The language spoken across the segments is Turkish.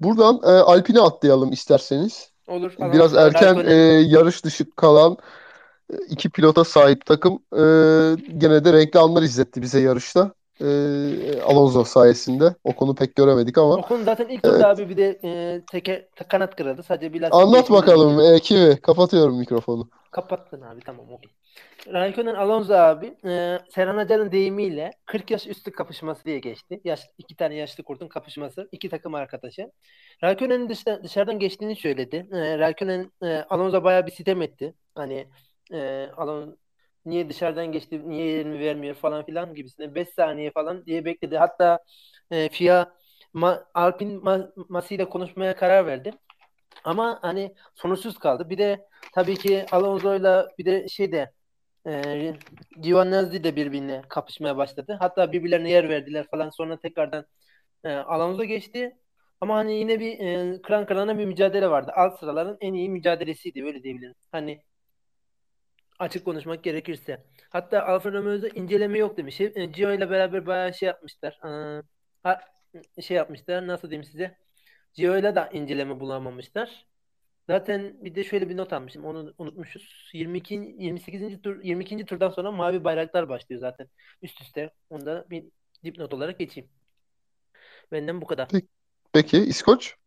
Buradan Alpine atlayalım isterseniz. Olur. Biraz Alonso, erken Raikkonen. yarış dışı kalan iki pilota sahip takım gene de renkli anlar izletti bize yarışta. Alonso sayesinde. O konu pek göremedik ama. Ocon zaten ilk turda Evet. abi bir de kanat kırıldı. Sadece bir lastik Anlat değişimiyle bakalım gitti. Kivi. Kapatıyorum mikrofonu. Kapattın abi, tamam, okey. Raikkonen Alonso abi, Serhan Hoca'nın deyimiyle 40 yaş üstü kapışması diye geçti. İki tane yaşlı kurtun kapışması. İki takım arkadaşı. Raikkonen'in dışarıdan geçtiğini söyledi. Raikkonen Alonso bayağı bir sitem etti. Hani Alonso niye dışarıdan geçti, niye yerini vermiyor falan filan gibisine. 5 saniye falan diye bekledi. Hatta FIA Alpine Masi ile konuşmaya karar verdi. Ama hani sonuçsuz kaldı. Bir de tabii ki Alonso'yla bir de Giovinazzi de birbirine kapışmaya başladı. Hatta birbirlerine yer verdiler falan. Sonra tekrardan Alonso geçti. Ama hani yine bir kıran kırana bir mücadele vardı. Alt sıraların en iyi mücadelesiydi, öyle diyebilirim. Hani açık konuşmak gerekirse. Hatta Alfa Romeo'da inceleme yok demiş. Gio ile beraber bayağı şey yapmışlar. Ha- şey yapmışlar. Nasıl diyeyim size? Gio ile de inceleme bulamamışlar. Zaten bir de şöyle bir not almışım. Onu unutmuşuz. 22 28. tur 22. turdan sonra mavi bayraklar başlıyor zaten. Üst üste. Onu da bir dipnot olarak geçeyim. Benden bu kadar. Peki, peki İskoç?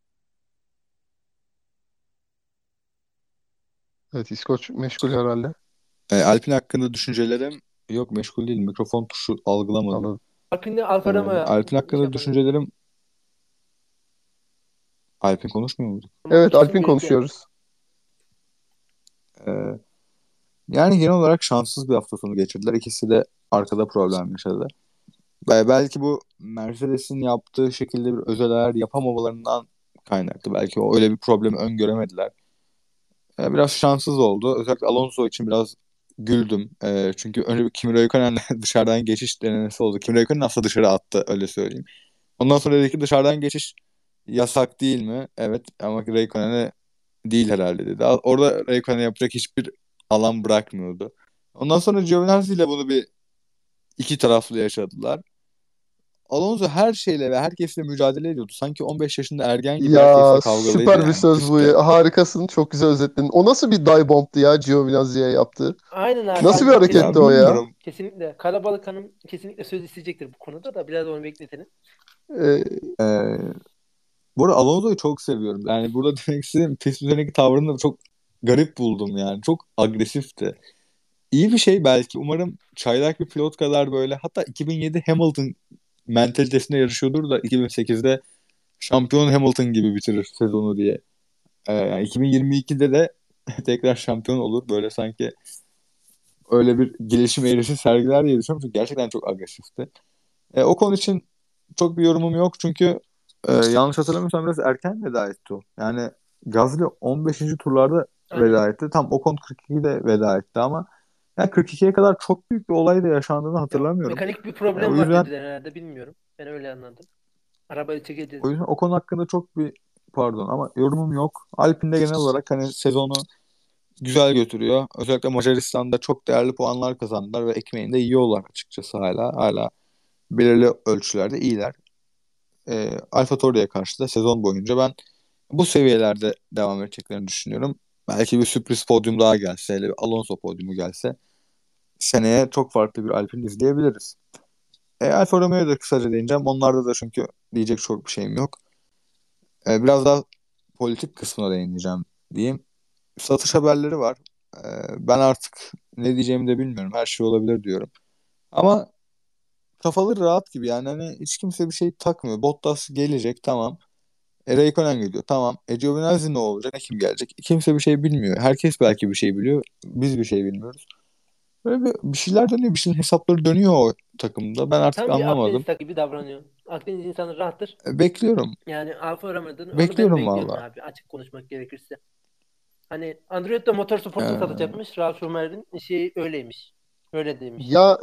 Evet, İskoç meşgul herhalde. Alpine hakkında düşüncelerim yok, meşgul değil. Mikrofon tuşu algılamadı. Anladım. Alpine Alfa Romeo Alpine şey hakkında yapalım. düşüncelerim Alpine konuşmuyor muydu? Ama Evet, ikisini Alpin birlikte yap. konuşuyoruz. Ee, Yani genel olarak şanssız bir hafta sonu geçirdiler. İkisi de arkada problem yaşadı. Belki bu Mercedes'in yaptığı şekilde bir özel ayar yapamamalarından kaynaklı. Belki o öyle bir problemi öngöremediler. Biraz şanssız oldu. Özellikle Alonso için biraz güldüm. Çünkü önce bir Kimi Räikkönen'le dışarıdan geçiş denemesi oldu. Kimi Räikkönen aslında dışarı attı, öyle söyleyeyim. Ondan sonra dedi ki dışarıdan geçiş yasak değil mi? Evet, ama Räikkönen'e değil herhalde dedi. Orada Räikkönen'e yapacak hiçbir alan bırakmıyordu. Ondan sonra Giovinazzi ile bunu bir iki taraflı yaşadılar. Alonso her şeyle ve herkesle mücadele ediyordu. Sanki 15 yaşında ergen gibi Ya herkesle kavgalıydı süper bir yani söz bu pistte. ya. Harikasın. Çok güzel özetledin. O nasıl bir dive bomb'tu ya Giovinazzi'ye yaptı? Aynen abi. Nasıl bir Ya hareketti o ya? bilmiyorum. Kesinlikle. Kalabalık Hanım kesinlikle söz isteyecektir bu konuda da. Biraz onu bekletelim. Ee, Ee, Bu arada Alonso'yu çok seviyorum. Yani burada demek istediğim pist üzerindeki tavrını da çok garip buldum yani. Çok agresifti. İyi bir şey belki. Umarım çaylak bir pilot kadar böyle, hatta 2007 Hamilton mentalitesinde yarışıyordur da 2008'de şampiyon Hamilton gibi bitirir sezonu diye. Yani 2022'de de tekrar şampiyon olur. Böyle sanki öyle bir gelişim eğrisi sergiler diye düşünüyorum. Çünkü gerçekten çok agresifti. O konu için çok bir yorumum yok. Çünkü yanlış hatırlamıyorsam biraz erken veda etti o. Yani Gasly 15. turlarda Aynen. veda etti. Tam Ocon 42'de veda etti ama yani 42'ye kadar çok büyük bir olay da yaşandığını Ya, hatırlamıyorum. mekanik bir O problem var yüzden dediler herhalde, bilmiyorum. Ben öyle anladım. Arabayı çekeceğiz. o yüzden o konu hakkında çok bir, pardon ama yorumum yok. Alpine'de genel olarak hani sezonu güzel götürüyor. Özellikle Macaristan'da çok değerli puanlar kazandılar ve ekmeğini de yiyorlar açıkçası hala. Hala belirli ölçülerde iyiler. Alfa Tauri'ye karşı da sezon boyunca ben bu seviyelerde devam edeceklerini düşünüyorum. Belki bir sürpriz podyum daha gelse, hele bir Alonso podyumu gelse seneye çok farklı bir Alpine izleyebiliriz. Alfa Romeo'ya da kısaca değineceğim. Onlarda da çünkü diyecek çok bir şeyim yok. Biraz daha politik kısmına değineceğim diyeyim. Satış haberleri var. Ben artık ne diyeceğimi de bilmiyorum. Her şey olabilir diyorum. Ama kafaları rahat gibi yani, hani hiç kimse bir şey takmıyor. Bottas gelecek, tamam. Raikkonen geliyor, tamam. Giovinazzi ne olacak? Kim gelecek? Kimse bir şey bilmiyor. Herkes belki bir şey biliyor. Biz bir şey bilmiyoruz. Böyle bir şeyler dönüyor. Bir şeyin hesapları dönüyor o takımda. Ben artık Tam bir Akdeniz anlamadım. takı gibi davranıyor. Akdeniz insanı rahattır. Bekliyorum. Yani Alfa Romeo'dan onu ben Bekliyorum bekliyorum valla. abi, açık konuşmak gerekirse. Hani Andretti Motorsport'u Ee, satacakmış. Ralf Schumacher'in şeyi öyleymiş. Öyle demiş. ya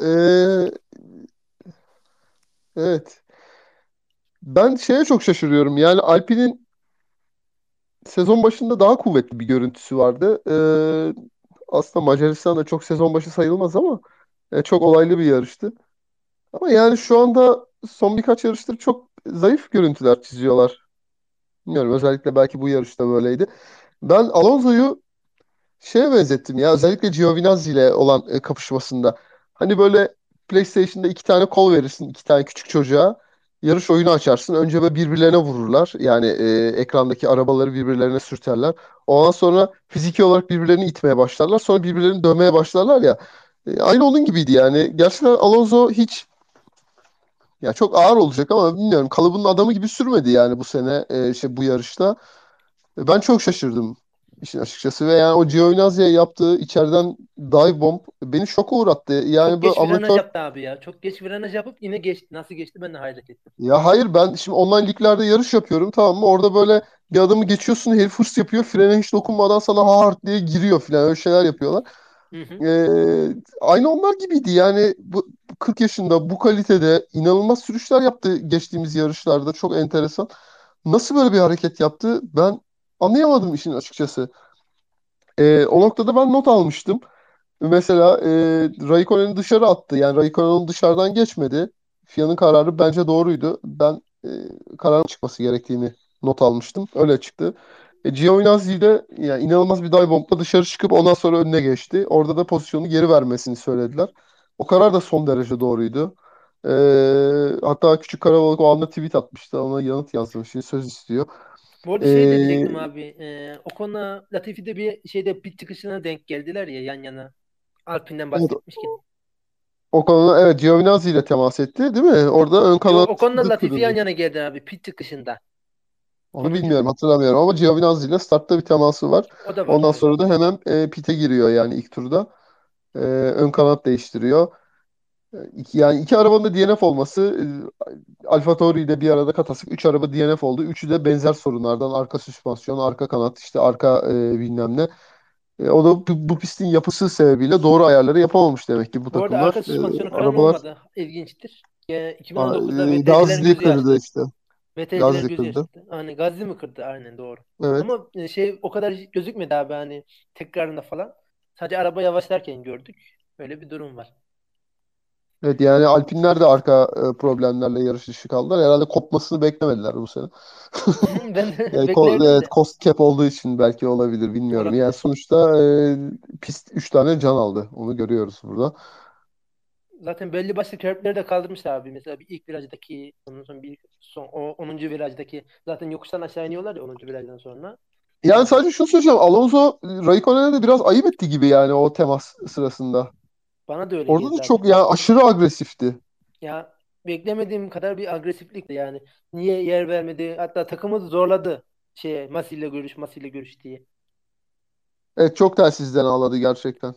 evet. Ben şeye çok şaşırıyorum. Yani Alpine'in sezon başında daha kuvvetli bir görüntüsü vardı. Aslında Macaristan da çok sezon başı sayılmaz ama çok olaylı bir yarıştı. Ama yani şu anda son birkaç yarıştır çok zayıf görüntüler çiziyorlar. Bilmiyorum, özellikle belki bu yarışta böyleydi. Ben Alonso'yu şeye benzettim ya, özellikle Giovinazzi ile olan kapışmasında. Hani böyle PlayStation'da iki tane kol verirsin iki tane küçük çocuğa. Yarış oyunu açarsın. Önce böyle birbirlerine vururlar. Yani ekrandaki arabaları birbirlerine sürterler. Ondan sonra fiziki olarak birbirlerini itmeye başlarlar. Sonra birbirlerini dövmeye başlarlar ya. Aynı onun gibiydi yani. Gerçekten Alonso hiç, ya çok ağır olacak ama bilmiyorum, kalıbının adamı gibi sürmedi yani bu sene bu yarışta. Ben çok şaşırdım işin açıkçası ve yani o Giovinazzi'ye yaptığı içeriden dive bomb beni şoka uğrattı. Yani Çok bu geç frenaj amatör, yaptı abi ya. Çok geç frenaj yapıp yine geçti. Nasıl geçti ben de hayret ettim. ya hayır, ben şimdi online liglerde yarış yapıyorum, tamam mı? Orada böyle bir adamı geçiyorsun, herif hırs yapıyor, frene hiç dokunmadan sana hard diye giriyor falan, öyle şeyler yapıyorlar. Hı hı. Aynı onlar gibiydi yani, bu 40 yaşında bu kalitede inanılmaz sürüşler yaptı geçtiğimiz yarışlarda, çok enteresan. Nasıl böyle bir hareket yaptı ben anlayamadım işin açıkçası. O noktada ben not almıştım. Mesela Raikkonen'i dışarı attı. Yani Raikkonen'in dışarıdan geçmedi. FIA'nın kararı bence doğruydu. Ben kararın çıkması gerektiğini not almıştım. Öyle çıktı. Giovinazzi de yani inanılmaz bir dive bomb'la dışarı çıkıp ondan sonra önüne geçti. Orada da pozisyonu geri vermesini söylediler. O karar da son derece doğruydu. Hatta küçük karabalık o anda tweet atmıştı. Ona yanıt yazmış. Söz istiyor. Bu arada şey de E, diyecektim abi. Ocon'la Latifi de bir şeyde pit çıkışına denk geldiler ya yan yana. Alpine'den evet, bahsetmişken. o konuda evet Giovinazzi ile temas etti değil mi? Orada ön Yo, kanadı Ocon'la Latifi yan kırıldı. yana geldi abi pit çıkışında. Onu Sonuncu. bilmiyorum, hatırlamıyorum ama Giovinazzi ile startta bir teması var. O da var Ondan evet. sonra da hemen pite giriyor yani ilk turda. Ön kanat değiştiriyor. Yani iki arabanın da DNF olması, AlphaTauri ile bir arada katasık 3 araba DNF oldu. Üçü de benzer sorunlardan, arka süspansiyon, arka kanat, işte arka bilmem ne. O da bu pistin yapısı sebebiyle doğru ayarları yapamamış demek ki bu Bu arada takımlar. arka süspansiyonu kıran Arabalar olmadı. İlginçtir. 2019'da VTC'lerin Gazli gözü kırdı yaşlı. işte. VTC'lerin Gazli gözü kırdı. yaşlı. Hani Gazze mi kırdı? Aynen doğru. Evet. Ama şey o kadar gözükmedi abi hani tekrarında falan. Sadece araba yavaşlarken gördük. Böyle bir durum var. Evet, yani Alpinler de arka problemlerle yarış dışı kaldılar. Herhalde kopmasını beklemediler bu sene. Ben de Yani beklerdim evet, de cost cap olduğu için belki olabilir, bilmiyorum. Yani olabilir. sonuçta pist 3 tane can aldı. Onu görüyoruz burada. Zaten belli başlı köprüleri de kaldırmışlar abi. Mesela bir ilk virajdaki ondan sonra bir son o 10. virajdaki zaten yokuştan aşağı iniyorlar ya 10. virajdan sonra. Yani Ee, sadece şunu söyleyeceğim. Alonso Raikkonen'e de biraz ayıp etti gibi yani o temas sırasında. bana da öyle Orada da geldi abi. çok yani aşırı agresifti. Ya beklemediğim kadar bir agresiflikti yani. Niye yer vermedi? Hatta takımı zorladı. Masi ile görüş diye. Evet, çok telsizden ağladı gerçekten.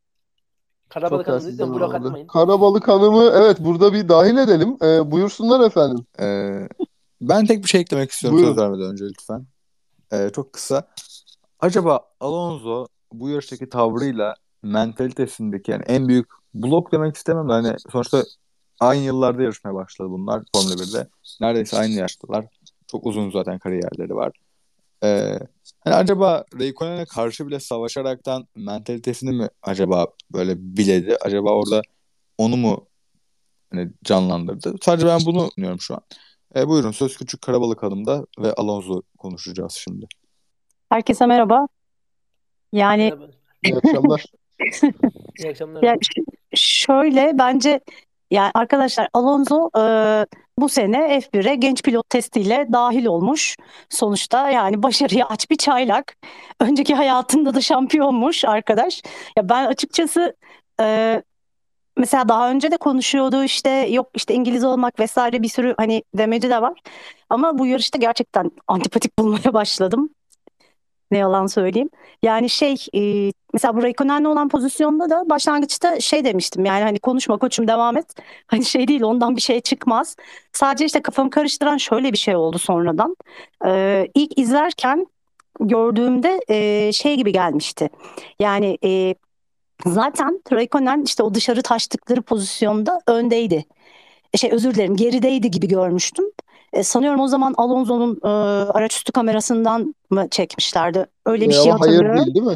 Çok Karabalık Hanım telsizden lütfen blok ağladı. atmayın. Karabalık Hanım'ı evet burada bir dahil edelim. Buyursunlar efendim. Ee, Ben tek bir şey eklemek istiyorum söz Buyurun. vermeden önce lütfen. Çok kısa. Acaba Alonso bu yarıştaki tavrıyla mentalitesindeki yani en büyük blok demek istemem de hani sonuçta aynı yıllarda yarışmaya başladı bunlar Formula 1'de. Neredeyse aynı yaştalar. Çok uzun zaten kariyerleri var. Ee, Hani acaba Raikkonen'e karşı bile savaşaraktan mentalitesini mi acaba böyle biledi? Acaba orada onu mu hani canlandırdı? Sadece ben bunu düşünüyorum şu an. Buyurun söz küçük Karabalık Hanım'da ve Alonso konuşacağız şimdi. Herkese merhaba. Yani Merhaba. İyi akşamlar. İyi akşamlar ya abi. şöyle bence yani arkadaşlar Alonso bu sene F1'e genç pilot testiyle dahil olmuş. Sonuçta yani başarıya aç bir çaylak. Önceki hayatında da şampiyonmuş arkadaş. Ya ben açıkçası e, mesela daha önce de konuşuyordu işte yok işte İngiliz olmak vesaire bir sürü hani demeci de var. Ama bu yarışta gerçekten antipatik bulmaya başladım. Ne yalan söyleyeyim. Yani mesela bu Raikkonen'le olan pozisyonda da başlangıçta şey demiştim. Yani hani konuşma koçum devam et. Hani şey değil ondan bir şey çıkmaz. Sadece işte kafamı karıştıran şöyle bir şey oldu sonradan. İlk izlerken gördüğümde şey gibi gelmişti. Yani zaten Raikkonen işte o dışarı taştıkları pozisyonda öndeydi. Özür dilerim gerideydi gibi görmüştüm. Sanıyorum o zaman Alonso'nun araçüstü kamerasından mı çekmişlerdi? Öyle bir şey Ama hayır hatırlıyorum. değil, değil mi?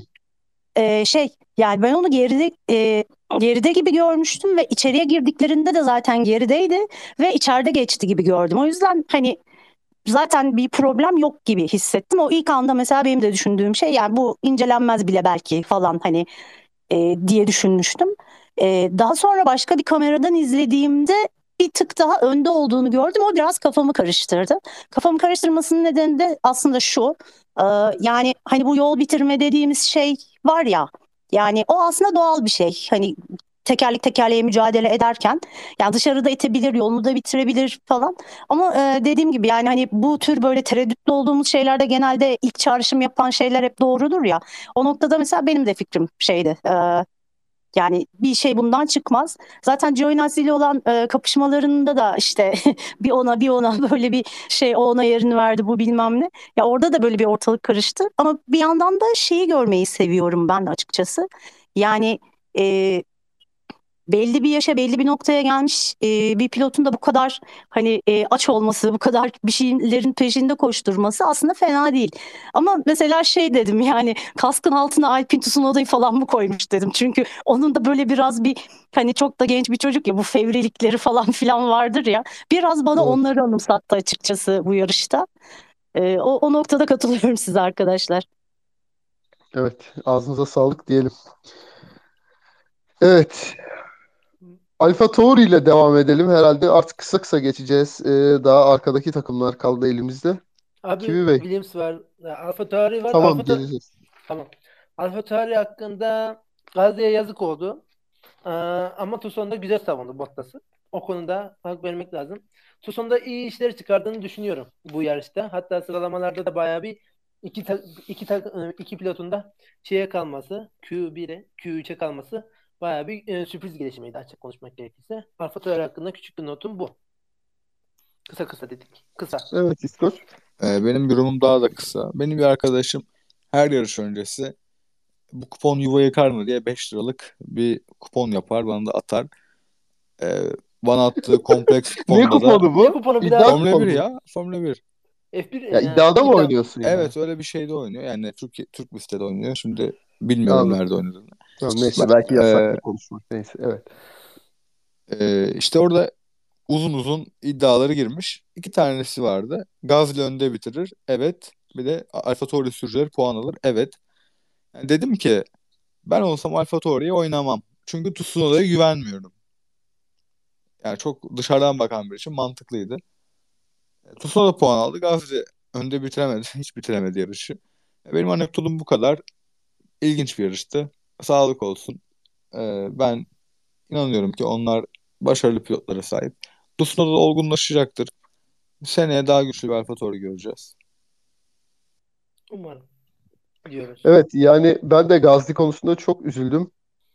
Yani ben onu geride gibi görmüştüm ve içeriye girdiklerinde de zaten gerideydi ve içeride geçti gibi gördüm. O yüzden hani zaten bir problem yok gibi hissettim. O ilk anda mesela benim de düşündüğüm şey, yani bu incelenmez bile belki falan hani diye düşünmüştüm. Daha sonra başka bir kameradan izlediğimde bir tık daha önde olduğunu gördüm. O biraz kafamı karıştırdı. Kafamı karıştırmasının nedeni de aslında şu. e, Yani hani bu yol bitirme dediğimiz şey var ya. Yani o aslında doğal bir şey. Hani tekerlek tekerleğe mücadele ederken yani dışarıda itebilir, yolunu da bitirebilir falan. Ama dediğim gibi yani hani bu tür böyle tereddütlü olduğumuz şeylerde genelde ilk çağrışım yapan şeyler hep doğrudur ya. O noktada mesela benim de fikrim şeydi. Yani bir şey bundan çıkmaz. Zaten Giovinazzi ile olan kapışmalarında da işte bir ona bir ona böyle bir şey, o ona yerini verdi, bu bilmem ne. Ya orada da böyle bir ortalık karıştı. Ama bir yandan da şeyi görmeyi seviyorum ben açıkçası. Yani e, belli bir yaşa, belli bir noktaya gelmiş bir pilotun da bu kadar hani aç olması, bu kadar bir şeylerin peşinde koşturması aslında fena değil. Ama mesela şey dedim, yani kaskın altına Alpine Tsunoda'yı falan mı koymuş dedim. Çünkü onun da böyle biraz bir hani çok da genç bir çocuk ya, bu fevrilikleri falan filan vardır ya. Biraz bana Evet. onları anımsattı açıkçası bu yarışta. O noktada katılıyorum size arkadaşlar. Evet. Ağzınıza sağlık diyelim. Evet. Alfa Tauri ile devam edelim. Herhalde artık kısa kısa geçeceğiz. Daha arkadaki takımlar kaldı elimizde. Abi Kimi Bey? Williams var. AlphaTauri var. Tamam, geleceğiz. Tamam. AlphaTauri hakkında Gazze'ye yazık oldu. Ama Tucson da güzel savundu Bottas'ı. O konuda hak vermek lazım. Tucson da iyi işler çıkardığını düşünüyorum bu yarışta. Hatta sıralamalarda da bayağı bir iki pilotun da şeye kalması, Q1'e, Q3'e kalması bayağı bir sürpriz gelişmeydi açık konuşmak gerekirse. AlphaTauri hakkında küçük bir notum bu. Kısa kısa dedik. Kısa. Evet, İskoç. Benim yorumum daha da kısa. Benim bir arkadaşım her yarış öncesi bu kupon yuva yıkar mı diye 5 liralık bir kupon yapar, bana da atar. Ee, Bana attığı kompleks Ne kuponda da kuponu Ne bu? kuponu bir daha? İddia Formula kuponu 1 mu? ya, Formula 1. F1 Ya iddiada mı iddia. oynuyorsun yani? Evet, öyle bir şeyde oynuyor. Yani Türk listede oynuyor. Şimdi bilmiyorum Anladım. nerede oynadığını. Tamam, Ben, neyse, belki e, yasaktır konuşmak. Neyse, evet. işte orada uzun uzun iddiaları girmiş. İki tanesi vardı. Gasly önde bitirir. Evet. Bir de AlphaTauri sürücüleri puan alır. Evet. Yani dedim ki ben olsam AlphaTauri'ye oynamam. Çünkü Tsunoda'ya güvenmiyorum. Yani çok dışarıdan bakan bir için mantıklıydı. Tsunoda puan aldı. Gasly önde bitiremedi. Hiç bitiremedi yarışı. Benim anekdotum bu kadar. İlginç bir yarıştı. Sağlık olsun. Ben inanıyorum ki onlar başarılı pilotlara sahip. Tsunoda da olgunlaşacaktır. Seneye daha güçlü bir AlphaTauri göreceğiz. Umarım diyoruz. Evet, yani ben de Gazli konusunda çok üzüldüm.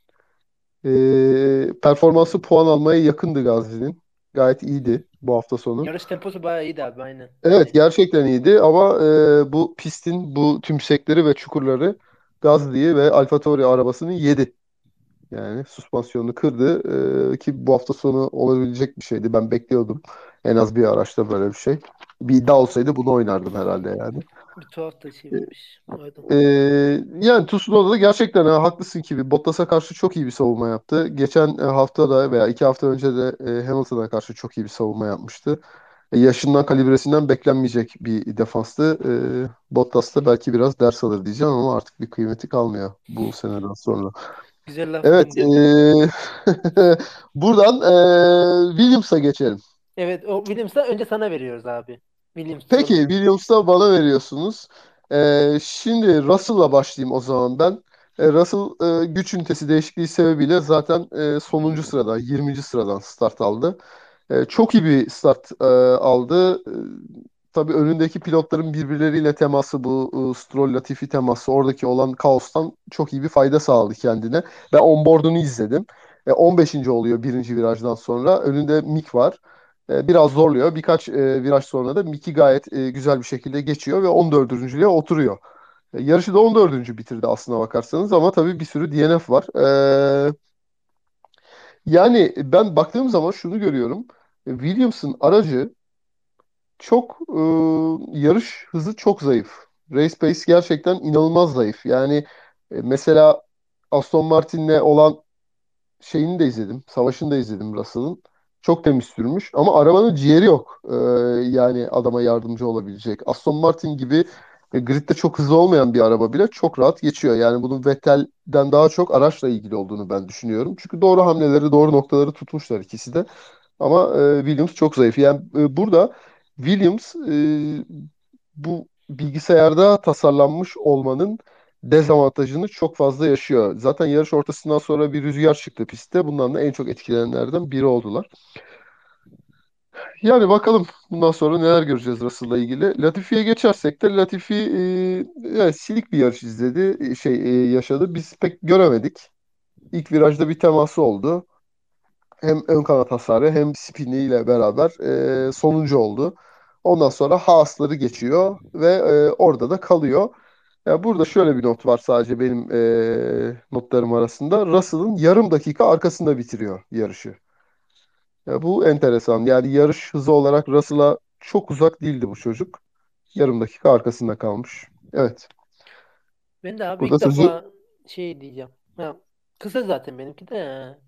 Performansı puan almaya yakındı Gazli'nin. Gayet iyiydi bu hafta sonu. Yarış temposu bayağı iyiydi abi aynen. Evet, Yani gerçekten iyiydi ama bu pistin bu tümsekleri ve çukurları Gazli'yi ve AlphaTauri arabasını yedi. Yani süspansiyonunu kırdı. Ki bu hafta sonu olabilecek bir şeydi. Ben bekliyordum. En az bir araçta böyle bir şey. Bir iddia olsaydı bunu oynardım herhalde yani. bir tuhaf da çevirmiş. Pardon. Ee, Yani Tsunoda da gerçekten haklısın ki Bottas'a karşı çok iyi bir savunma yaptı. Geçen hafta da veya 2 hafta önce de Hamilton'a karşı çok iyi bir savunma yapmıştı. Yaşından, kalibresinden beklenmeyecek bir defanstı. Bottas da belki biraz ders alır diyeceğim ama artık bir kıymeti kalmıyor bu seneden sonra. Güzel laf Evet, gönderdi. buradan Williams'a geçelim. Evet o Williams'a önce sana veriyoruz abi. Williams Peki, soruyu. Williams'ta bana veriyorsunuz. Şimdi Russell'la başlayayım o zaman ben. Russell güç ünitesi değişikliği sebebiyle zaten sonuncu sıradan, 20. sıradan start aldı. Çok iyi bir start aldı. Tabii önündeki pilotların birbirleriyle teması, bu Stroll Latifi teması, oradaki olan kaostan çok iyi bir fayda sağladı kendine. Ben onboard'unu izledim. 15. oluyor birinci virajdan sonra. Önünde Mick var. Biraz zorluyor. Birkaç viraj sonra da Mickey gayet güzel bir şekilde geçiyor ve 14.lüğe oturuyor. Yarışı da 14. bitirdi aslına bakarsanız ama tabii bir sürü DNF var. Yani ben baktığım zaman şunu görüyorum. Williams'ın aracı çok yarış hızı çok zayıf. Race pace gerçekten inanılmaz zayıf. Yani mesela Aston Martin'le olan şeyini de izledim. Savaşını da izledim Russell'ın. Çok temiz sürmüş ama arabanın ciğeri yok. Yani adama yardımcı olabilecek. Aston Martin gibi gridde çok hızlı olmayan bir araba bile çok rahat geçiyor. Yani bunun Vettel'den daha çok araçla ilgili olduğunu ben düşünüyorum. Çünkü doğru hamleleri, doğru noktaları tutmuşlar ikisi de. Ama Williams çok zayıf. Yani burada Williams bu bilgisayarda tasarlanmış olmanın dezavantajını çok fazla yaşıyor. Zaten yarış ortasından sonra bir rüzgar çıktı pistte. Bundan da en çok etkilenenlerden biri oldular. Yani bakalım bundan sonra neler göreceğiz Russell'la ilgili. Latifi'ye geçersek de Latifi yani silik bir yarış izledi, yaşadı. Biz pek göremedik. İlk virajda bir teması oldu. Hem ön kanat hasarı hem spiniyle beraber sonuncu oldu. Ondan sonra Haas'ları geçiyor ve orada da kalıyor. Ya burada şöyle bir not var sadece benim notlarım arasında. Russell'ın yarım dakika arkasında bitiriyor yarışı. Ya bu enteresan. Yani yarış hızı olarak Russell'a çok uzak değildi bu çocuk. Yarım dakika arkasında kalmış. Evet. Ben de abi Burada ilk sözü defa şey diyeceğim. Ha, kısa zaten benimki de.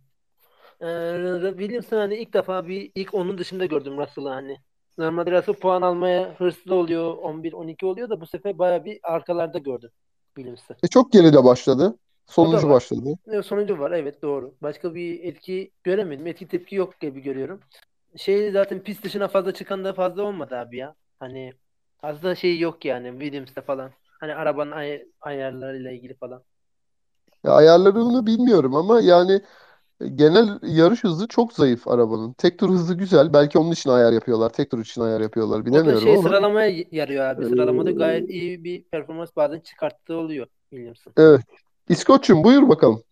Williamson hani ilk defa ilk onun dışında gördüm Russell'ı hani. Normalde Russell puan almaya hırslı oluyor. 11-12 oluyor da bu sefer baya bir arkalarda gördüm Williams'ı. çok geride başladı. O da Sonuncu var. başladı. Sonucu var, evet, doğru. Başka bir etki göremedim. Etki tepki yok gibi görüyorum. Şey zaten pist dışına fazla çıkan da fazla olmadı abi ya. Hani fazla şey yok yani Williams'te falan. Hani arabanın ayarlarıyla ilgili falan. Ya ayarlarını bilmiyorum ama yani genel yarış hızı çok zayıf arabanın. Tek tur hızı güzel. Belki onun için ayar yapıyorlar. Tek tur için ayar yapıyorlar. O da Bilemiyorum şey ama. sıralamaya yarıyor abi. Sıralamada gayet Ee, iyi bir performans bazen çıkarttığı oluyor Williams'ın. evet. İskoç'um buyur bakalım.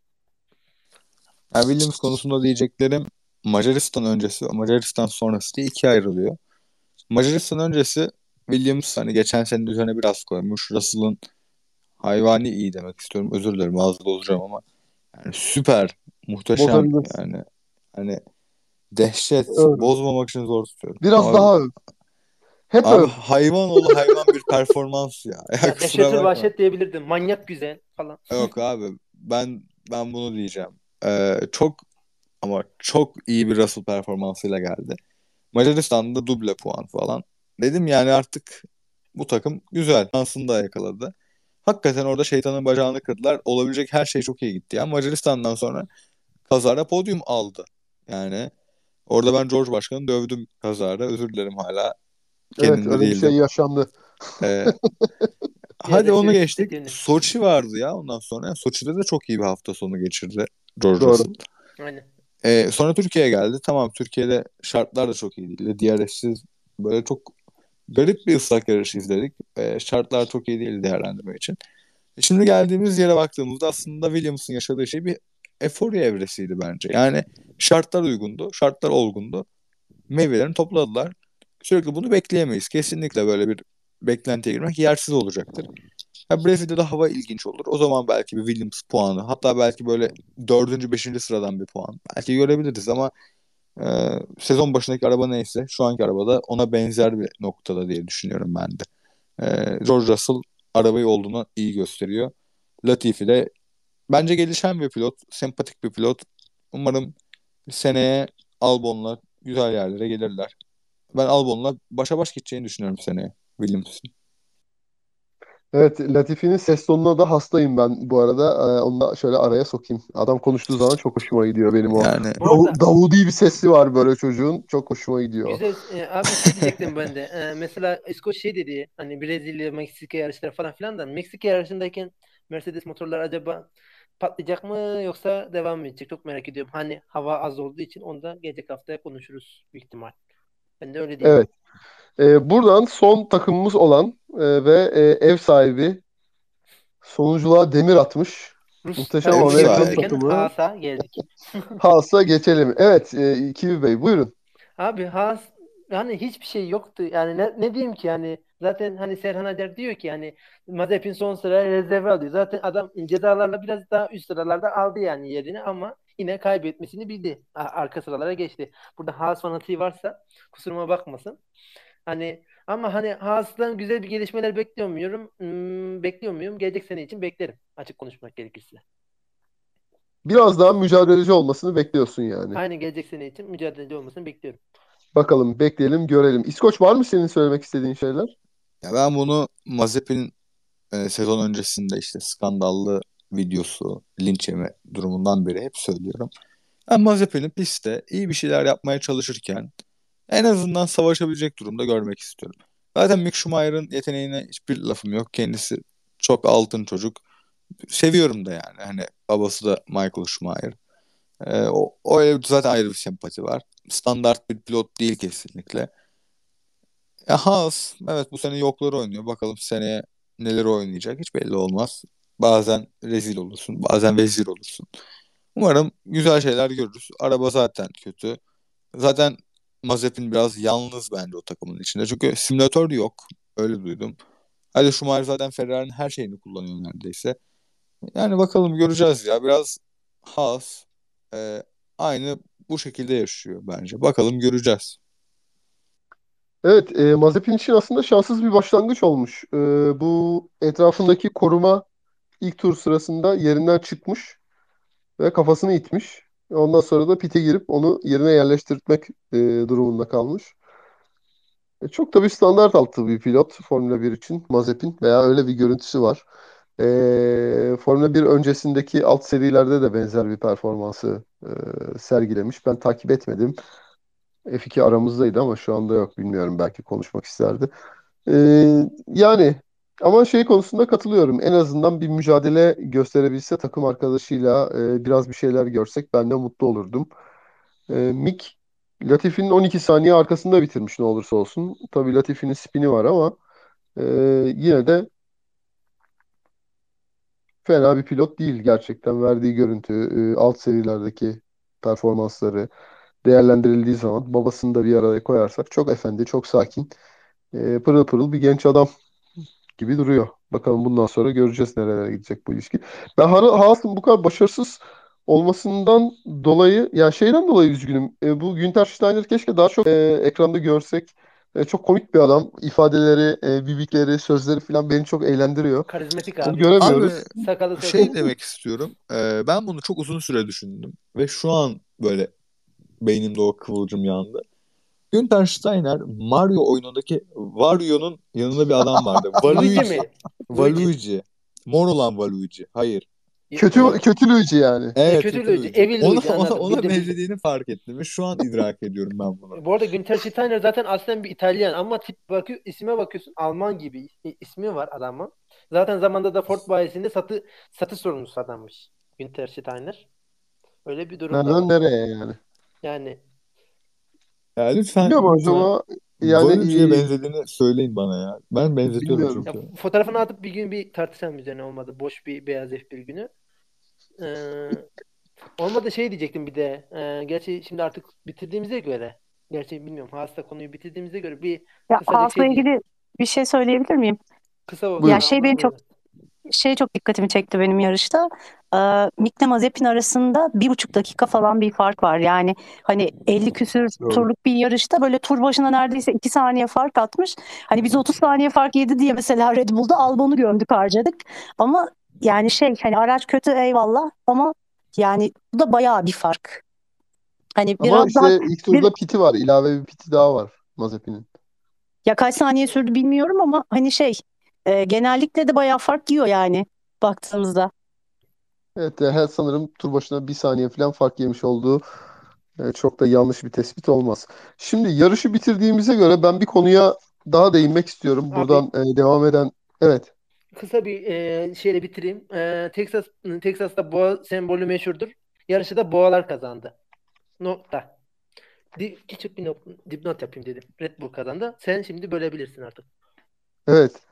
Yani Williams konusunda diyeceklerim Macaristan öncesi ve Macaristan sonrası diye ikiye ayrılıyor. Macaristan öncesi Williams hani geçen sene üzerine biraz koymuş. Russell'ın hayvani iyi demek istiyorum. Özür dilerim ağzı bozacağım ama yani süper, muhteşem Bozabilirsin. yani hani dehşet, Öv. bozmamak için zor tutuyorum. Biraz Ama daha öv. Hep abi öv. hayvan oğlu hayvan bir performans ya. Ya Ya kusura dehşetül bakma. vahşet diyebilirdim. Manyak güzel falan. Yok abi ben bunu diyeceğim. Çok ama çok iyi bir Russell performansıyla geldi. Macaristan'da duble puan falan. Dedim yani artık bu takım güzel. Şansını da yakaladı. Hakikaten orada şeytanın bacağını kırdılar. Olabilecek her şey çok iyi gitti. Yani Macaristan'dan sonra kazara podyum aldı. Yani orada ben George Başkan'ı dövdüm kazara. Özür dilerim hala. Evet Kendimde öyle bir şey değildim. yaşandı. Ee, Yine hadi de onu sevinç geçtik. desteklerini. Soçi vardı ya ondan sonra. Yani Soçi'de de çok iyi bir hafta sonu geçirdi George Doğru. Russell. Aynen. Sonra Türkiye'ye geldi. Tamam Türkiye'de şartlar da çok iyi değildi. DRS'siz böyle çok garip bir ıslak yarışı izledik. Şartlar çok iyi değildi değerlendirme için. Şimdi geldiğimiz yere baktığımızda aslında Williams'ın yaşadığı şey bir efori evresiydi bence. Yani şartlar uygundu, şartlar olgundu. Meyvelerini topladılar. Sürekli bunu bekleyemeyiz. Kesinlikle böyle bir beklentiye girmek yersiz olacaktır. Ha, Brezilya'da hava ilginç olur. O zaman belki bir Williams puanı, hatta belki böyle dördüncü, beşinci sıradan bir puan. Belki görebiliriz ama e, sezon başındaki araba neyse şu anki arabada ona benzer bir noktada diye düşünüyorum ben de. George Russell arabayı olduğunu iyi gösteriyor. Latifi de bence gelişen bir pilot, sempatik bir pilot. Umarım seneye Albon'la güzel yerlere gelirler. Ben Albon'la başa baş gideceğini düşünüyorum seneye Williams'ın. Evet, Latifi'nin ses tonuna da hastayım ben bu arada. Onu da şöyle araya sokayım. Adam konuştuğu zaman çok hoşuma gidiyor benim o. Yani Bu arada Davudi bir sesi var böyle çocuğun. Çok hoşuma gidiyor. güzel, abi şey diyecektim ben de. Mesela İskoç şey dedi hani Brezilya, Meksika yarışları falan filan da Meksika yarışındayken Mercedes motorlar acaba patlayacak mı yoksa devam mı edecek? Çok merak ediyorum. Hani hava az olduğu için onu da gelecek haftaya konuşuruz büyük ihtimal. Ben de öyle diyeyim. Evet. Buradan son takımımız olan ve ev sahibi sonunculuğa demir atmış. Rus Muhteşem ev takımını Amerikan sahibi. geçerken takımı Haas'a geldik. Haas'a geçelim. Evet, Kivi Bey buyurun. Abi Haas yani hiçbir şey yoktu. Yani ne diyeyim ki yani zaten hani Serhan Acar diyor ki yani Mazepin son sıraya rezerve alıyor. Zaten adam cezalarla biraz daha üst sıralarda aldı yani yerini ama yine kaybetmesini bildi. Arka sıralara geçti. Burada Haas fanatiği varsa kusuruma bakmasın. Hani ama hani Haas'tan güzel bir gelişmeler bekliyor muyum? Bekliyor muyum? Gelecek sene için beklerim. Açık konuşmak gerekirse. Biraz daha mücadeleci olmasını bekliyorsun yani. Aynı gelecek sene için mücadeleci olmasını bekliyorum. Bakalım, bekleyelim, görelim. İskoç, var mı senin söylemek istediğin şeyler? Ya ben bunu Mazepin sezon öncesinde işte skandallı videosu, linç yeme durumundan beri hep söylüyorum. Ben Mazepin'i pistte iyi bir şeyler yapmaya çalışırken en azından savaşabilecek durumda görmek istiyorum. Zaten Mick Schumacher'ın yeteneğine hiçbir lafım yok. Kendisi çok altın çocuk. Seviyorum da yani. Hani babası da Michael Schumacher. O zaten ayrı bir sempati var. Standart bir pilot değil kesinlikle. Ya Haas, evet bu sene yokları oynuyor. Bakalım seneye neler oynayacak hiç belli olmaz. Bazen rezil olursun, bazen vezir olursun. Umarım güzel şeyler görürüz. Araba zaten kötü. Zaten Mazepin biraz yalnız bence o takımın içinde. Çünkü simülatör yok. Öyle duydum. Hadi Schumacher zaten Ferrari'nin her şeyini kullanıyor neredeyse. Yani bakalım göreceğiz ya. Biraz Haas aynı bu şekilde yaşıyor bence. Bakalım göreceğiz. Evet, Mazepin için aslında şanssız bir başlangıç olmuş. Bu etrafındaki koruma ilk tur sırasında yerinden çıkmış ve kafasını itmiş. Ondan sonra da pite girip onu yerine yerleştirmek durumunda kalmış. Çok da bir standart altı bir pilot Formula 1 için Mazepin, veya öyle bir görüntüsü var. Formula 1 öncesindeki alt serilerde de benzer bir performansı sergilemiş. Ben takip etmedim. F2 aramızdaydı ama şu anda yok, bilmiyorum, belki konuşmak isterdi. Yani ama şey konusunda katılıyorum. En azından bir mücadele gösterebilse takım arkadaşıyla biraz bir şeyler görsek ben de mutlu olurdum. Mick Latifi'nin 12 saniye arkasında bitirmiş ne olursa olsun. Tabii Latifi'nin spini var ama e, yine de fena bir pilot değil gerçekten. Verdiği görüntü, alt serilerdeki performansları değerlendirildiği zaman, babasını da bir araya koyarsak, çok efendi, çok sakin, pırıl pırıl bir genç adam gibi duruyor. Bakalım bundan sonra göreceğiz nerelere gidecek bu ilişki. Ben Haas'ın bu kadar başarısız olmasından dolayı, ya şeyden dolayı üzgünüm. Bu Günther Steiner keşke daha çok ekranda görsek. Çok komik bir adam. İfadeleri, mimikleri, sözleri falan beni çok eğlendiriyor. Karizmatik Onu abi. Abi göremiyoruz. Sakalı şey sakalı. demek istiyorum. Ben bunu çok uzun süre düşündüm. Ve şu an böyle beynimde o kıvılcım yandı. Günther Steiner Mario oyunundaki Wario'nun yanında bir adam vardı. Luigi Waluigi. mi? Luigi. Waluigi. Mor olan Waluigi. Hayır. Kötü Ee, kötülüğücü yani. evet Kötü kötü Luigi. Luigi. Evil Ona, Luigi, ona, anladım. ona Bildim bildim. benzediğini fark ettim ve şu an idrak ediyorum ben bunu. Bu arada Günther Steiner zaten aslen bir İtalyan ama isme bakıyorsun Alman gibi ismi var adamın. Zaten zamanda da Ford bayisinde satış sorumlusu adammış Günther Steiner. Öyle bir durum da Nereden var. nereye yani? Yani Ya Bilmiyorum lütfen lütfen acaba, yani Waluigi'ye benzediğini söyleyin bana ya. Ben benzetiyorum bilmiyorum. ya çünkü. fotoğrafını atıp bir gün bir tartışalım üzerine, olmadı. Boş bir beyaz F1 günü. Ee, olmadı şey diyecektim bir de. Gerçi şimdi artık bitirdiğimize göre. Gerçi bilmiyorum. Hasta konuyu bitirdiğimize göre bir Ya kısacık Haas'la şey diyeyim. ilgili bir şey söyleyebilir miyim? Kısa olsun Ya Buyurun. ama benim çok buyurun. çok dikkatimi çekti benim yarışta. Mick'le Mazepin arasında 1,5 dakika falan bir fark var. Yani hani 50 küsür Doğru. turluk bir yarışta böyle tur başına neredeyse 2 saniye fark atmış. Hani biz 30 saniye fark yedi diye mesela Red Bull'da Albon'u gömdük, harcadık. Ama yani hani araç kötü, eyvallah, ama yani bu da bayağı bir fark. Hani Ama biraz daha işte ilk bir, turda piti var. İlave bir piti daha var Mazepin'in. ya kaç saniye sürdü bilmiyorum ama hani genellikle de bayağı fark yiyor yani baktığımızda. Evet, sanırım tur başına bir saniye falan fark yemiş olduğu çok da yanlış bir tespit olmaz. Şimdi yarışı bitirdiğimize göre ben bir konuya daha değinmek istiyorum. Abi Buradan devam eden, evet, kısa bir şeyle bitireyim. Texas'ta boğa sembolü meşhurdur. Yarışı da boğalar kazandı. Nokta. Küçük bir dipnot yapayım dedim. Red Bull kazandı. Sen şimdi bölebilirsin artık. evet.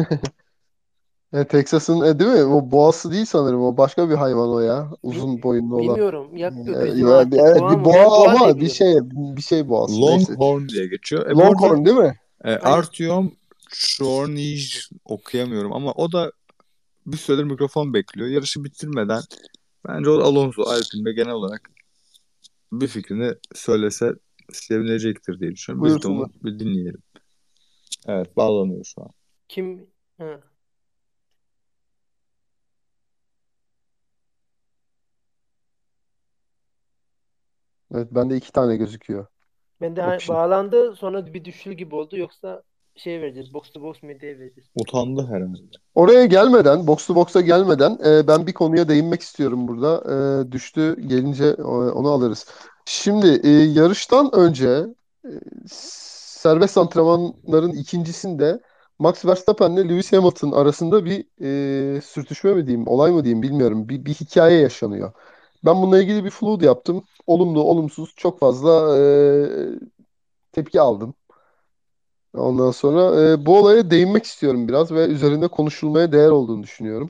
Texas'ın, değil mi? O boğası değil sanırım. O başka bir hayvan o ya. Uzun boyunlu olan. Bilmiyorum. Ya gökyüzüne ait Evet, boğa bir mı? Ben boğa boğa diye ama biliyorum. bir şey boğası. Neyse. Longhorn diye geçiyor. Bu arada Longhorn değil mi? Aynen. Artyom Chornij okuyamıyorum ama o da bir süredir mikrofon bekliyor. Yarışı bitirmeden bence o da Alonso, Alpine ve genel olarak bir fikrini söylese sevinecektir diye düşünüyorum. Biz de Buyursunlar. onu bir dinleyelim. Evet, bağlanıyor şu an. Kim? Ha. Evet, bende 2 tane gözüküyor. Ben de Option. bağlandı sonra bir düşür gibi oldu. Yoksa şey vereceğiz. Box to box medyaya vereceğiz. Utandı herhalde. Oraya gelmeden, box to box'a gelmeden ben bir konuya değinmek istiyorum burada. Düştü gelince onu alırız. Şimdi yarıştan önce e, serbest antrenmanların ikincisinde Max Verstappen'le Lewis Hamilton arasında bir sürtüşme mi diyeyim, olay mı diyeyim bilmiyorum. Bir hikaye yaşanıyor. Ben bununla ilgili bir flood yaptım. Olumlu, olumsuz çok fazla tepki aldım. Ondan sonra bu olaya değinmek istiyorum biraz ve üzerinde konuşulmaya değer olduğunu düşünüyorum.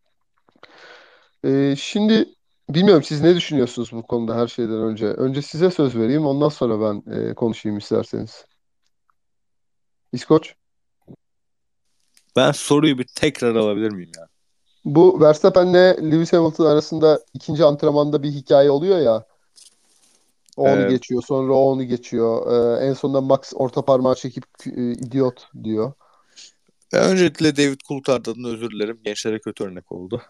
Şimdi bilmiyorum siz ne düşünüyorsunuz bu konuda her şeyden önce. Önce size söz vereyim, ondan sonra ben konuşayım isterseniz. İskoç, Ben soruyu bir tekrar alabilir miyim ya? bu Verstappen'le Lewis Hamilton arasında ikinci antrenmanda bir hikaye oluyor ya. O onu Ee, geçiyor, sonra o onu geçiyor. En sonunda Max orta parmağı çekip idiot diyor. öncelikle David Coulthard'dan özür dilerim. Gençlere kötü örnek oldu.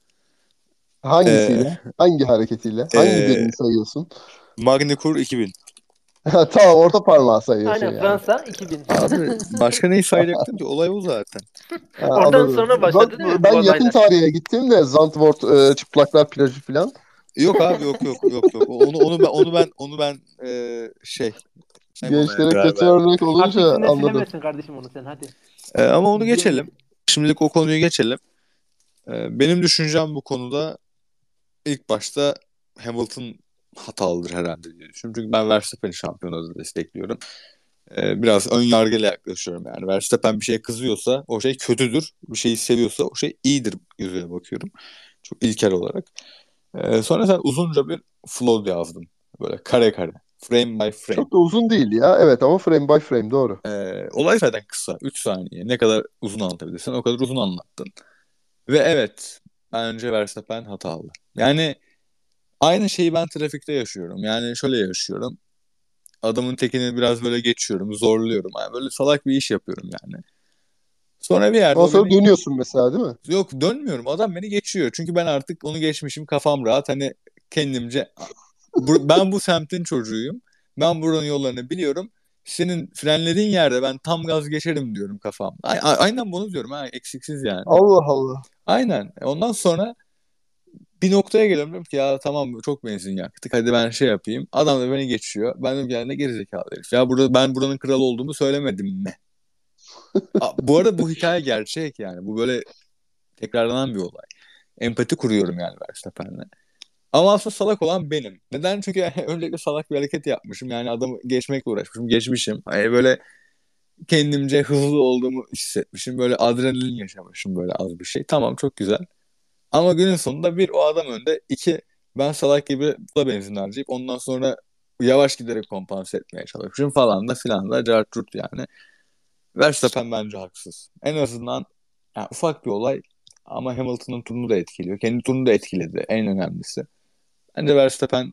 Ee, Hangisiyle? Hangi hareketiyle? Hangi e, birini sayıyorsun? Magny-Cours 2000. Tamam, orta parmağı sayıyorsun Aynen, yani. Fransa 2000. Abi başka neyi sayacaktım ki? Olay o zaten. Oradan Anladım. sonra Bak, başladı değil mi bu ben yakın olaylar? tarihe gittim de Zandvoort çıplaklar plajı falan. Yok abi, yok. Şey saymamaya Gençlere karar kötü verdim. örnek Artık olunca içinden anladım. silemezsin kardeşim onu sen, hadi. Ama onu geçelim. İzleyemeyiz. Şimdilik o konuyu geçelim. Benim düşüncem bu konuda ilk başta Hamilton hatalıdır herhalde diye düşünüyorum. Çünkü ben Verstappen'i şampiyonada destekliyorum. Biraz ön yargıyla yaklaşıyorum yani. Verstappen bir şeye kızıyorsa o şey kötüdür. Bir şeyi seviyorsa o şey iyidir gözüyle bakıyorum. Çok ilkel olarak. Sonra sen uzunca bir flow yazdın. Böyle kare kare. Frame by frame. Çok da uzun değil ya. Evet ama frame by frame doğru. Olay zaten kısa. 3 saniye. Ne kadar uzun anlatabilirsen o kadar uzun anlattın. Ve evet, bence Verstappen hatalı. Yani aynı şeyi ben trafikte yaşıyorum. Yani şöyle yaşıyorum. Adamın tekini biraz böyle geçiyorum, zorluyorum. Yani böyle salak bir iş yapıyorum yani. Sonra bir yerde Ondan o sonra beni dönüyorsun mesela değil mi? yok dönmüyorum. Adam beni geçiyor. Çünkü ben artık onu geçmişim. Kafam rahat. Hani kendimce ben bu semtin çocuğuyum. Ben buranın yollarını biliyorum. Senin frenlediğin yerde ben tam gaz geçerim diyorum kafam. Aynen bunu diyorum ha, eksiksiz yani. Allah Allah. Aynen. Ondan sonra bir noktaya geliyorum, diyorum ki ya tamam çok benzin yaktık, hadi ben şey yapayım. Adam da beni geçiyor. Ben diyorum ki yani ne gerizekalı herif. Ya burada ben buranın kralı olduğumu söylemedim mi? Bu arada bu hikaye gerçek yani. Bu böyle tekrarlanan bir olay. Empati kuruyorum yani Verstappen'le. Ama aslında salak olan benim. Neden? Çünkü öncelikle salak bir hareket yapmışım. Yani adamı geçmekle uğraşmışım. Geçmişim. Hani böyle kendimce hızlı olduğumu hissetmişim. Böyle adrenalin yaşamışım, böyle az bir şey. Tamam, çok güzel. Ama günün sonunda bir, o adam önde. İki, ben salak gibi da benzin harcayıp ondan sonra yavaş giderek kompanse etmeye çalışmışım falan da filan da cart curt yani. Verstappen bence haksız. En azından yani ufak bir olay ama Hamilton'ın turunu da etkiliyor. Kendi turunu da etkiledi, en önemlisi. Bence Verstappen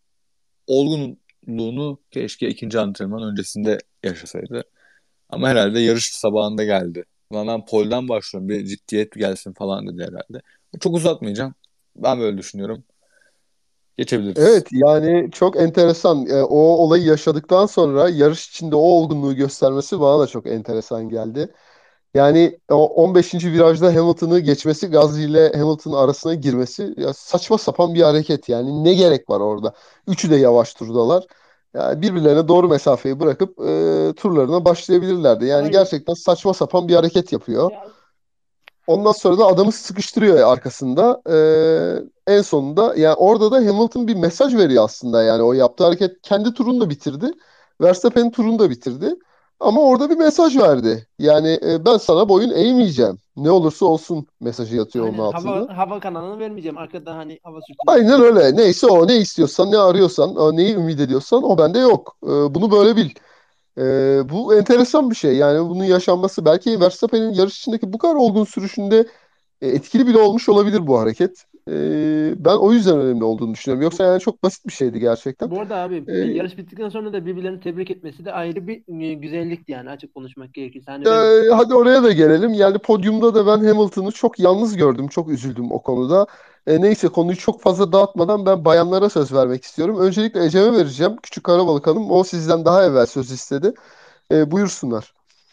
olgunluğunu keşke ikinci antrenman öncesinde yaşasaydı. Ama herhalde yarış sabahında geldi. Ulan ben polden başlıyorum, bir ciddiyet gelsin falan dedi herhalde. Çok uzatmayacağım. Ben böyle düşünüyorum. Geçebiliriz. Evet yani çok enteresan. O olayı yaşadıktan sonra yarış içinde o olgunluğu göstermesi bana da çok enteresan geldi. Yani o 15. virajda Hamilton'ı geçmesi, Gasly ile Hamilton'ın arasına girmesi ya saçma sapan bir hareket. Yani ne gerek var orada? Üçü de yavaş turdalar. Yani birbirlerine doğru mesafeyi bırakıp turlarına başlayabilirlerdi. Yani Aynen. gerçekten saçma sapan bir hareket yapıyor. Ya, Ondan sonra da adamı sıkıştırıyor arkasında. En sonunda yani orada da Hamilton bir mesaj veriyor aslında. Yani o yaptığı hareket kendi turunu da bitirdi. Verstappen'in turunu da bitirdi. Ama orada bir mesaj verdi. Yani ben sana boyun eğmeyeceğim. Ne olursa olsun mesajı yatıyor onun aynen. altında. Hava kanalını vermeyeceğim. Arkada hani hava sürtünmesi Aynen var. öyle. Neyse o, ne istiyorsan, ne arıyorsan, neyi ümit ediyorsan o bende yok. Bunu böyle bil. Bu enteresan bir şey. Yani bunun yaşanması belki Verstappen'in yarış içindeki bu kadar olgun sürüşünde etkili bile olmuş olabilir bu hareket. Ben o yüzden önemli olduğunu düşünüyorum. Yoksa yani çok basit bir şeydi gerçekten. Bu arada abi E, yarış bittikten sonra da birbirlerini tebrik etmesi de ayrı bir güzellikti yani, açık konuşmak gerekirse. Hani Ya, ben hadi oraya da gelelim. Yani podyumda da ben Hamilton'ı çok yalnız gördüm. Çok üzüldüm o konuda. Neyse, konuyu çok fazla dağıtmadan ben bayanlara söz vermek istiyorum. Öncelikle Ecem'e vereceğim. Küçük Karabalık Hanım. O sizden daha evvel söz istedi. Buyursunlar.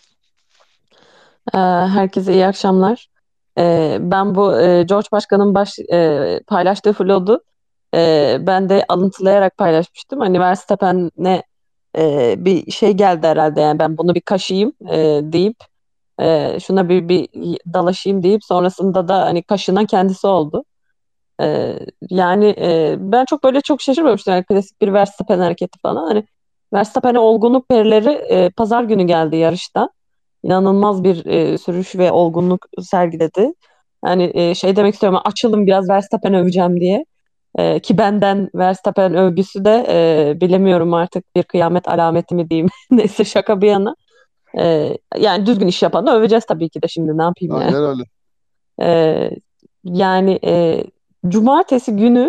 Herkese iyi akşamlar. Ben bu George Başkan'ın paylaştığı vlogu ben de alıntılayarak paylaşmıştım. Hani Verstappen'e bir şey geldi herhalde, yani ben bunu bir kaşıyım deyip şuna bir dalaşayım deyip sonrasında da hani kaşınan kendisi oldu. Yani ben çok böyle çok şaşırmamıştım. Yani klasik bir Verstappen hareketi falan. Hani Verstappen'e olgunluk perileri pazar günü geldi yarışta. İnanılmaz bir sürüş ve olgunluk sergiledi. Yani şey demek istiyorum, açılın biraz Verstappen öveceğim diye. Ki benden Verstappen övgüsü de bilemiyorum artık, bir kıyamet alameti mi diyeyim. Neyse, şaka bir yana. Yani düzgün iş yapanı öveceğiz tabii ki de, şimdi ne yapayım yani. Aynen öyle. E, Yani cumartesi günü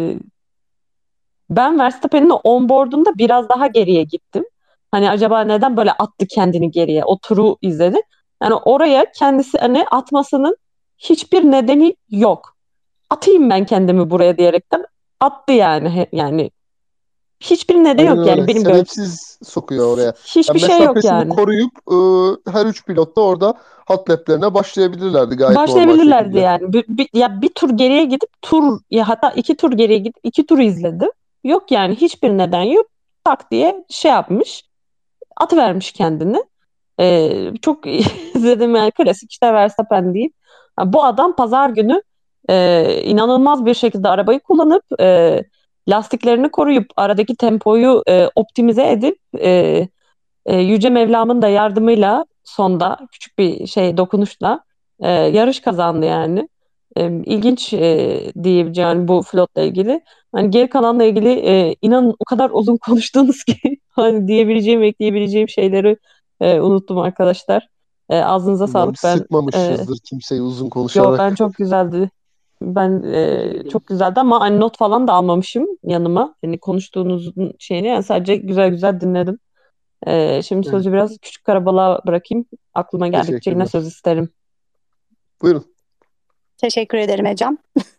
ben Verstappen'in onboard'unda biraz daha geriye gittim. Hani acaba neden böyle attı kendini geriye? O turu izledi. Yani oraya kendisi hani atmasının hiçbir nedeni yok. Atayım ben kendimi buraya diyerekten attı yani. Yani hiçbir neden Aynen yok öyle. yani benim gördüğüm. Sebepsiz sokuyor oraya. Yani Hiçbir şey yok mesafesini yani. koruyup her üç pilot da orada hot lap'lerine başlayabilirlerdi gayet normal Başlayabilirlerdi şekilde. yani. Ya bir tur geriye gidip ya hatta iki tur geriye gidip iki tur izledim. Yok yani, hiçbir neden yok. Tak diye şey yapmış. Atıvermiş kendini. Çok izledim yani, klasik işte Verstappen deyip. Ha, bu adam pazar günü inanılmaz bir şekilde arabayı kullanıp lastiklerini koruyup aradaki tempoyu optimize edip Yüce Mevlam'ın da yardımıyla sonda küçük bir şey dokunuşla yarış kazandı yani. İlginç diyebileceğim bu pilotla ilgili. Hani geri kalanla ilgili inanın o kadar uzun konuştunuz ki hani diyebileceğim, ekleyebileceğim şeyleri unuttum arkadaşlar. Ağzınıza Umarım sağlık. sıkmamışızdır kimseyi uzun Ben konuşarak. çok güzeldi. Ben teşekkür ederim. çok güzeldi ama hani not falan da almamışım yanıma. Hani konuştuğunuzun şeyini, yani sadece güzel güzel dinledim. Şimdi Evet, sözü biraz küçük karabalığa bırakayım. Aklıma geldikçe yine söz teşekkürler. isterim. Buyurun. Teşekkür ederim Ecem.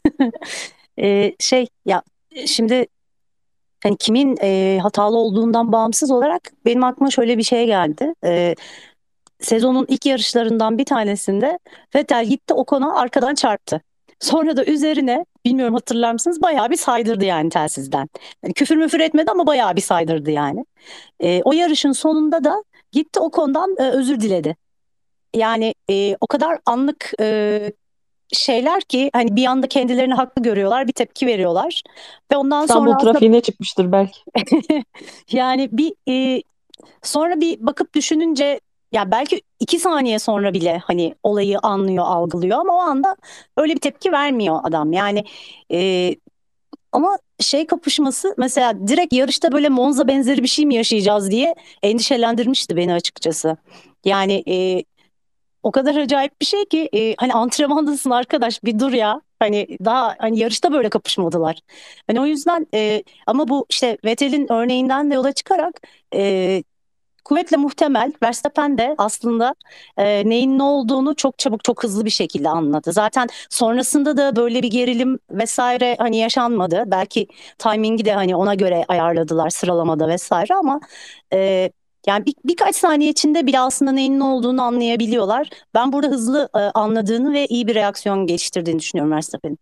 Şey ya, şimdi hani kimin hatalı olduğundan bağımsız olarak benim aklıma şöyle bir şey geldi. Sezonun ilk yarışlarından bir tanesinde Vettel gitti Ocon'a arkadan çarptı. Sonra da üzerine, bilmiyorum hatırlar mısınız, bayağı bir saydırdı yani telsizden. Yani küfür müfür etmedi ama bayağı bir saydırdı yani. O yarışın sonunda da gitti Ocon'dan özür diledi. Yani o kadar anlık şeyler ki hani bir anda kendilerini haklı görüyorlar, bir tepki veriyorlar ve ondan İstanbul sonra aslında trafiğine çıkmıştır belki. yani sonra bir bakıp düşününce, ya belki 2 saniye sonra bile hani olayı anlıyor, algılıyor ama o anda öyle bir tepki vermiyor adam. Yani e, ama şey kapışması mesela direkt yarışta böyle Monza benzeri bir şey mi yaşayacağız diye endişelendirmişti beni açıkçası. Yani o kadar acayip bir şey ki hani antrenmandasın arkadaş, bir dur ya. Hani daha hani yarışta böyle kapışmadılar. Hani o yüzden ama bu işte Vettel'in örneğinden de yola çıkarak kuvvetle muhtemel Verstappen de aslında neyin ne olduğunu çok çabuk, çok hızlı bir şekilde anladı. Zaten sonrasında da böyle bir gerilim vesaire hani yaşanmadı. Belki timingi de hani ona göre ayarladılar sıralamada vesaire ama yani birkaç saniye içinde bile aslında neyin ne olduğunu anlayabiliyorlar. Ben burada hızlı anladığını ve iyi bir reaksiyon geliştirdiğini düşünüyorum Verstappen'in.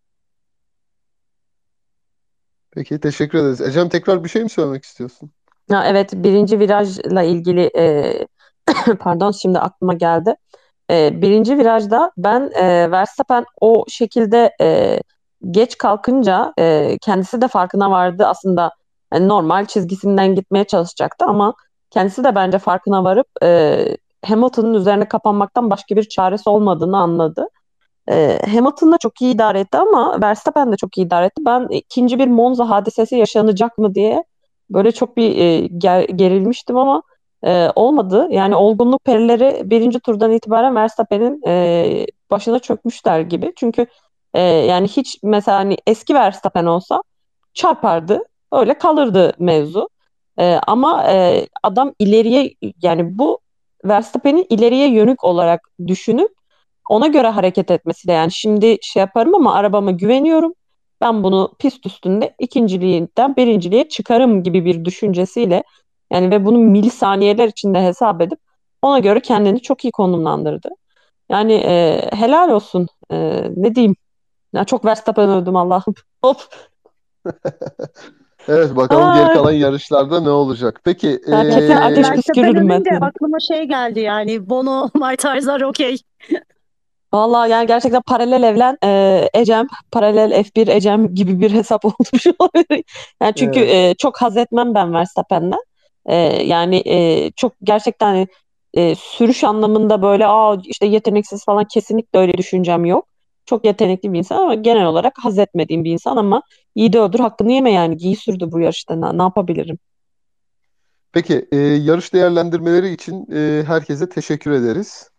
Peki, teşekkür ederiz. Ecem, tekrar bir şey mi söylemek istiyorsun? Ya evet, birinci virajla ilgili pardon, şimdi aklıma geldi. Birinci virajda ben Verstappen o şekilde geç kalkınca kendisi de farkına vardı aslında. Yani normal çizgisinden gitmeye çalışacaktı ama kendisi de bence farkına varıp Hamilton'ın üzerine kapanmaktan başka bir çaresi olmadığını anladı. Hamilton da çok iyi idare etti ama Verstappen de çok iyi idare etti. Ben ikinci bir Monza hadisesi yaşanacak mı diye böyle çok bir gerilmiştim ama olmadı. Yani olgunluk perileri birinci turdan itibaren Verstappen'in başına çökmüşler gibi. Çünkü Yani hiç mesela hani eski Verstappen olsa çarpardı. Öyle kalırdı mevzu. Ama adam ileriye, yani bu Verstappen'in ileriye yönük olarak düşünüp ona göre hareket etmesi de, yani şimdi şey yaparım ama arabama güveniyorum. Ben bunu pist üstünde ikinciliğinden birinciliğe çıkarım gibi bir düşüncesiyle, yani ve bunu milisaniyeler içinde hesap edip ona göre kendini çok iyi konumlandırdı. Yani helal olsun. Ne diyeyim? Ya çok Verstappen övdüm Allah'ım. Of. Evet, bakalım geri Ay, kalan yarışlarda ne olacak. Peki gerçekten Yani ateş Verstappen püskürürüm ben övünce sana. aklıma şey geldi, yani Bono, My Tires Are Okay. Vallahi yani gerçekten paralel evlen Ecem, paralel F1 Ecem gibi bir hesap olmuş olabilir. Yani çünkü evet. çok haz etmem ben Verstappen'den. Yani çok gerçekten hani, sürüş anlamında böyle işte yeteneksiz falan, kesinlikle öyle düşüncem yok. Çok yetenekli bir insan ama genel olarak haz etmediğim bir insan, ama iyi de öldür hakkını yeme, yani iyi sürdü bu yarışta, ne yapabilirim? Peki yarış değerlendirmeleri için herkese teşekkür ederiz.